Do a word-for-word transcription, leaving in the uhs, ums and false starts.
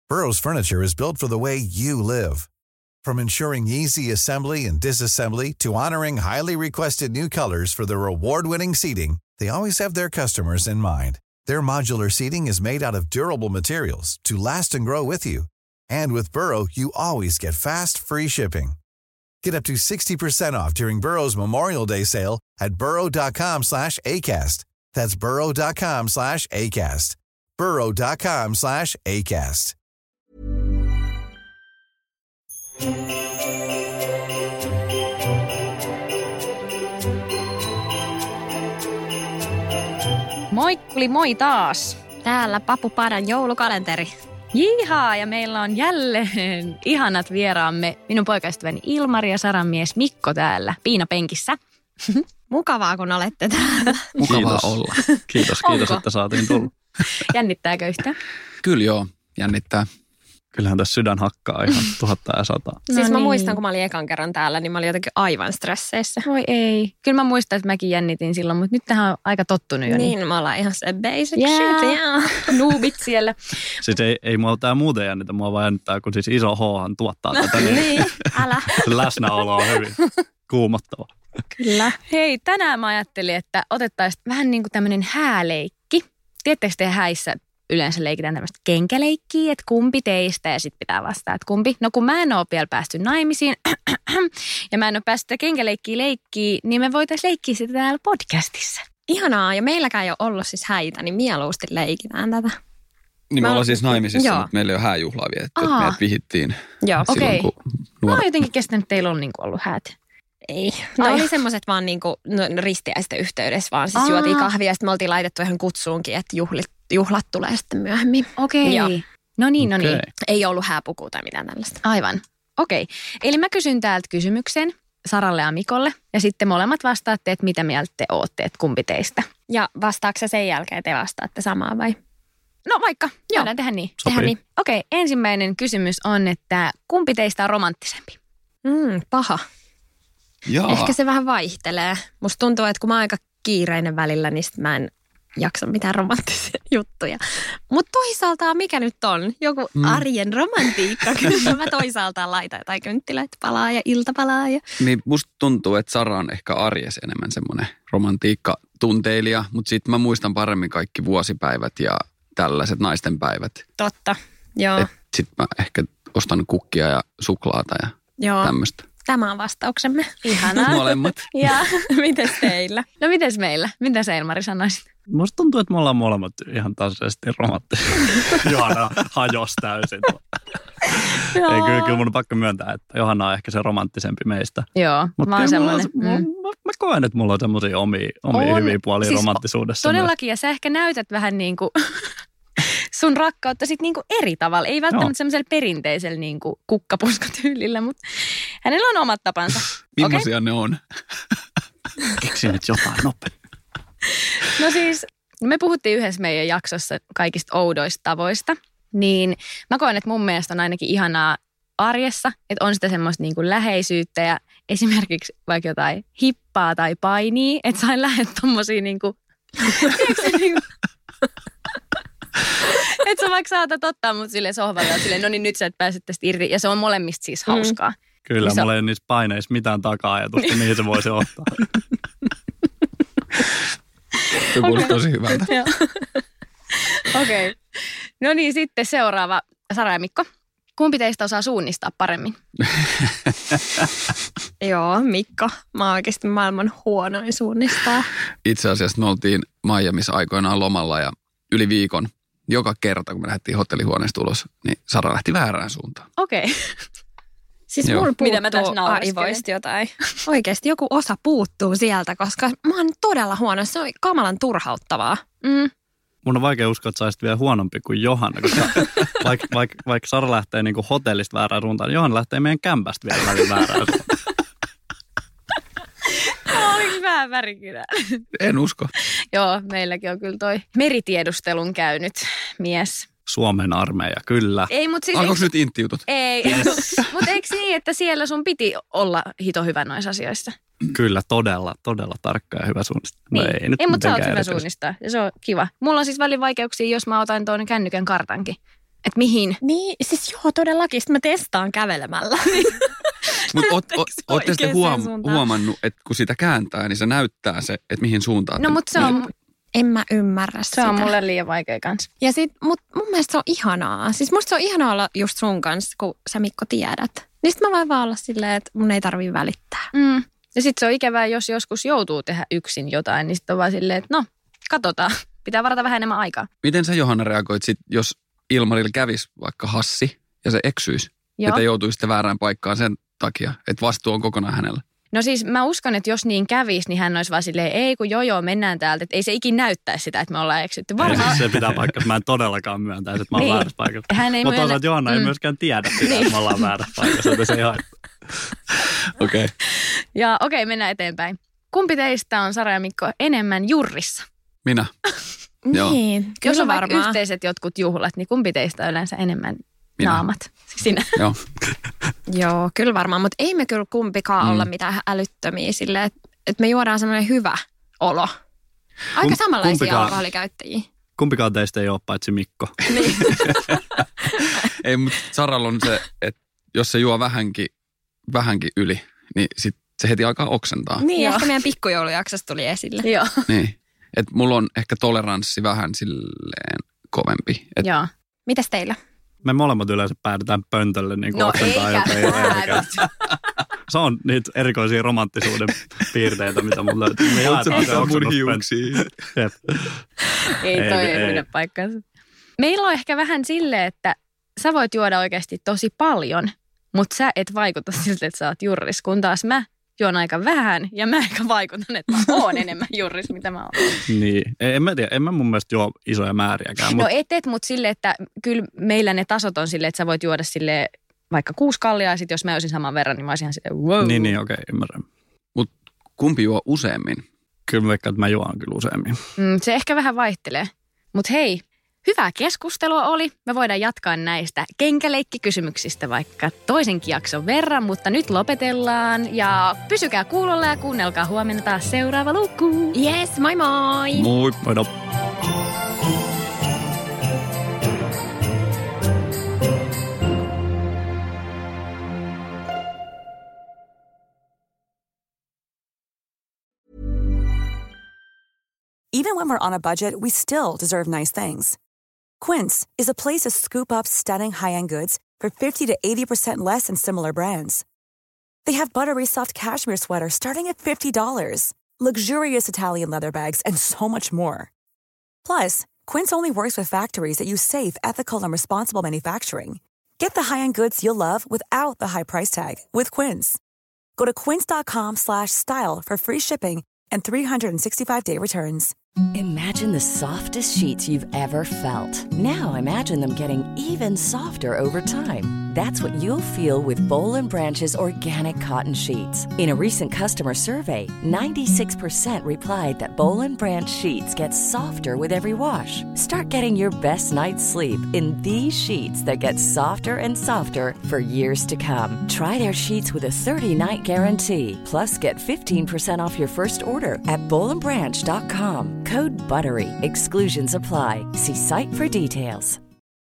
Burrow's furniture is built for the way you live. From ensuring easy assembly and disassembly to honoring highly requested new colors for their award-winning seating, they always have their customers in mind. Their modular seating is made out of durable materials to last and grow with you. And with Burrow, you always get fast, free shipping. Get up to sixty percent off during Burrow's Memorial Day sale at burrow.com slash ACAST. That's burrow.com slash ACAST. burrow.com slash ACAST. Moikkuli moi taas. Täällä Papu Padan joulukalenteri. Jihaa, ja meillä on jälleen ihanat vieraamme. Minun poikaystäväni Ilmari ja Saran mies Mikko täällä piinapenkissä. Mukavaa, kun olette täällä. Mukavaa kiitos. olla. Kiitos, kiitos, että saatiin tulla. Jännittääkö yhtään? Kyllä joo, jännittää. Kyllähän tässä sydän hakkaa ihan tuhatta ja sata. No siis mä niin. muistan, kun mä olin ekan kerran täällä, niin mä olin jotenkin aivan stresseissä. Voi ei. Kyllä mä muistan, että mäkin jännitin silloin, mutta nyt tähän on aika tottunut jo. Niin, niin. mä ollaan ihan se basic yeah. shit, yeah. Noobit siellä. Siis ei, ei mua tää muuten jännitä, mua vaan jännittää, kun siis iso H:han tuottaa tätä. Niin, niin, älä. Läsnäolo on hyvin kuumottava. Kyllä. Hei, tänään mä ajattelin, että otettaisiin vähän niin kuin tämmöinen hääleikki. Tiedättekö te häissä yleensä leikitään tämmöistä kenkäleikkiä, että kumpi teistä, ja sitten pitää vastata, että kumpi. No kun mä en ole vielä päästy naimisiin ja mä en ole päässyt kenkäleikkiä leikkiä, niin me voitaisiin leikkiä sitä täällä podcastissa. Ihanaa, ja meilläkään ei ole ollut siis häitä, niin mieluusti leikitään tätä. Niin me ollaan siis naimisissa, joo. mutta meillä ei ole hääjuhlaa vietetty, että meidät vihittiin joo. silloin, okay. kun nuor... Mä oon jotenkin kestänyt, että teillä on niinku ollut häät. Ei. Ne Ai. oli semmoiset vaan niinku no, ristiäisten yhteydessä, vaan siis Aa. juotiin kahvia ja sitten me oltiin laitettu ihan kutsuunkin, että juhlit, juhlat tulee sitten myöhemmin. Okei. Okay. No niin, no okay. niin. Ei ollut hääpukua tai mitään tällaista. Aivan. Okei. Okay. Eli mä kysyn täältä kysymyksen Saralle ja Mikolle ja sitten molemmat vastaatte, että mitä mieltä te ootte, että kumpi teistä. Ja vastaako sen jälkeen te vastaatte samaa vai? No vaikka. Joo. Voidaan tehdä niin. Tehdään niin. Okei, okay. Ensimmäinen kysymys on, että kumpi teistä on romanttisempi? Mm, paha. Jaa. Ehkä se vähän vaihtelee. Musta tuntuu, että kun mä oon aika kiireinen välillä, niin sit mä en jaksa mitään romanttisia juttuja. Mutta toisaalta mikä nyt on? Joku mm. arjen romantiikka. Kyllä mä toisaalta laitan jotain kynttilöitä palaa ja ilta palaa. Ja... Niin musta tuntuu, että Sara on ehkä arjessa enemmän semmoinen romantiikkatunteilija, mutta sitten mä muistan paremmin kaikki vuosipäivät ja tällaiset naistenpäivät. Totta, joo. Sitten mä ehkä ostan kukkia ja suklaata ja joo. tämmöistä. Tämä on vastauksemme. Ihanaa. Molemmat. Ja mites teillä? No mites meillä? Mitä sä Elmari sanoisit? Musta tuntuu, että me ollaan molemmat ihan tasaisesti romanttisia. Johanna hajosi täysin. Ei, kyllä, kyllä mun on pakko myöntää, että Johanna on ehkä se romanttisempi meistä. Joo, mutta mä oon semmoinen. Mm. Mä, mä koen, että mulla on semmoisia omia, omia hyviä puolia siis romanttisuudessa. Todellakin, ja sä ehkä näytät vähän niin kuin sun rakkautta sit niin kuin eri tavalla. Ei välttämättä semmoisella perinteisellä niin kuin kukkapuskatyylillä, mutta hänellä on omat tapansa. Millaisia okay. ne on? Keksin nyt jotain nopeasti. No siis, me puhuttiin yhdessä meidän jaksossa kaikista oudoista tavoista, niin mä koen, että mun mielestä on ainakin ihanaa arjessa, että on sitä semmoista niin kuin läheisyyttä ja esimerkiksi vaikka jotain hippaa tai painia, että sain lähdet tommosia niin kuin, niin kuin että sä vaikka saatat ottaa mut silleen sohvalle ja silleen, no niin nyt sä et pääse tästä irti. Ja se on molemmista siis hauskaa. Mm. Kyllä, niin mulla ei ole niissä paineissa mitään taka-ajatusta, mihin se voisi ottaa. Se kuulostaa okay. tosi hyvältä. Okei. Okay. No niin, sitten seuraava. Sara ja Mikko. Kumpi teistä osaa suunnistaa paremmin? Joo, Mikko. Mä oon oikeasti maailman huonoin suunnistaa. Itse asiassa me oltiin Miamiissa aikoinaan lomalla ja yli viikon. Joka kerta, kun me lähdettiin hotellihuoneesta ulos, niin Sara lähti väärään suuntaan. Okei. Okay. Siis mulla puuttuu aivoista jotain. Oikeasti joku osa puuttuu sieltä, koska mä oon todella huono. Se on kamalan turhauttavaa. Mm. Mun on vaikea uskoa, että sä olisit vielä huonompi kuin Johanna, koska vaikka vaik, vaik Sara lähtee niinku hotellista väärään suuntaan, niin Johanna lähtee meidän kämpästä vielä välillä väärään suuntaan. Oliko vähän värikynä? En usko. Joo, meilläkin on kyllä toi meritiedustelun käynyt mies. Suomen armeija, kyllä. Ei, mutta siis... Alkoiko nyt intti-jutut? Ei, yes. Mutta eikö niin, että siellä sun piti olla hito hyvä noissa asioissa? Kyllä, todella, todella tarkka ja hyvä suunnistaa. Niin. No ei, nyt ei mutta sä oot hyvä erityisesti. suunnistaa ja se on kiva. Mulla on siis välin vaikeuksia, jos mä otan tuon kännykän kartankin. Että mihin? Niin, siis joo, todellakin. Sitten mä testaan kävelemällä. Mutta ootte sitten huom, suuntaan? huomannut, että kun sitä kääntää, niin se näyttää se, että mihin suuntaan. No mutta se on, En mä ymmärrä se sitä. on mulle liian vaikea kanssa. Ja sit, mut mun mielestä se on ihanaa. Siis musta se on ihanaa olla just sun kanssa, kun sä Mikko tiedät. Niin sit mä voin vaan olla silleen, että mun ei tarvii välittää. Mm. Ja sitten se on ikävää, jos joskus joutuu tehdä yksin jotain, niin sitten on vaan silleen, että no, katsotaan. Pitää varata vähän enemmän aikaa. Miten sä, Johanna, reagoit sit, jos Ilmarilla kävisi vaikka hassi ja se eksyisi? Joo. Että joutuisi sitten väärään paikkaan sen takia, että vastuu on kokonaan hänellä. No siis mä uskon, että jos niin kävisi, niin hän olisi vaan silleen, ei kun joo joo, mennään täältä. Että ei se ikin näyttäisi sitä, että me ollaan eksytty. Ei, Varmaan. siis se pitää paikkaa. Mä en todellakaan myöntäisi, että mä oon Niin. väärässä paikassa. Hän ei Mutta myönnä- toisaalta Johanna ei Mm. myöskään tiedä sitä, että me ollaan väärässä paikassa. Joten se ei haittaa. Okei. Okay. Ja okei, okay, mennään eteenpäin. Kumpi teistä on, Sara ja Mikko, enemmän jurrissa? Minä. Joo. Niin, Jos kyllä on vaikka varmaan. yhteiset jotkut juhlat, niin kumpi teistä on yleensä enemmän Minä. naamat? Sinä. Joo. Joo, kyllä varmaan, mutta ei me kyllä kumpikaan Mm. olla mitään älyttömiä silleen, että et me juodaan semmoinen hyvä olo. Aika Kum- samanlaisia kumpikaan- alkoholikäyttäjiä. Kumpikaan teistä ei ole paitsi Mikko. Niin. Ei, mutta Saralla on se, että jos se juo vähänkin, vähänkin yli, niin sit se heti alkaa oksentaa. niin, Joo. ehkä meidän pikkujoulujaksossa tuli esille. Joo. Niin. Että mulla on ehkä toleranssi vähän silleen kovempi. Et Joo. Mitäs teillä? Me molemmat yleensä päädytään pöntölle niin kuin No oksentaa, eikä joten ei- ei mikään. päädy. Se on niitä erikoisia romanttisuuden piirteitä, mitä mulla löytyy. Me jaetaan se oksentaa mun oksennuspönttö. hiuksia. Jep. Ei Ei, toi ei. ei pidä paikkaansa. Meillä on ehkä vähän silleen, että sä voit juoda oikeasti tosi paljon, mutta sä et vaikuta siltä, että sä oot jurris, kun taas mä juon aika vähän ja mä ehkä vaikutan, että mä oon enemmän jurris, mitä mä oon. Niin. Ei, en mä tiedä, en mä mun mielestä juo isoja määriäkään. No Mut, et, et mutta silleen, että kyllä meillä ne tasot on silleen, että sä voit juoda silleen vaikka kuusi kalliaa, ja sit jos mä olisin saman verran, niin mä olisin ihan silleen wow. niin, niin, okei, ymmärrän. Kumpi juo useammin? Kyllä vaikka, että mä juon kyllä useammin. Mm, se ehkä vähän vaihtelee. Mutta hei, hyvää keskustelua oli. Me voidaan jatkaa näistä kenkäleikkikysymyksistä vaikka toisenkin jakson verran, mutta nyt lopetellaan. Ja pysykää kuulolla ja kuunnelkaa huomenna taas seuraava luku. Yes, moi moi! Moi. Moido. Even when we're on a budget, we still deserve nice things. Quince is a place to scoop up stunning high-end goods for fifty to eighty percent less than similar brands. They have buttery soft cashmere sweaters starting at fifty dollars, luxurious Italian leather bags, and so much more. Plus, Quince only works with factories that use safe, ethical, and responsible manufacturing. Get the high-end goods you'll love without the high price tag with Quince. Go to quince.com slash style for free shipping and three sixty-five day returns. Imagine the softest sheets you've ever felt. Now imagine them getting even softer over time. That's what you'll feel with Bowl and Branch's organic cotton sheets. In a recent customer survey, ninety-six percent replied that Bowl and Branch sheets get softer with every wash. Start getting your best night's sleep in these sheets that get softer and softer for years to come. Try their sheets with a thirty-night guarantee. Plus, get fifteen percent off your first order at bowl and branch dot com. Code BUTTERY. Exclusions apply. See site for details.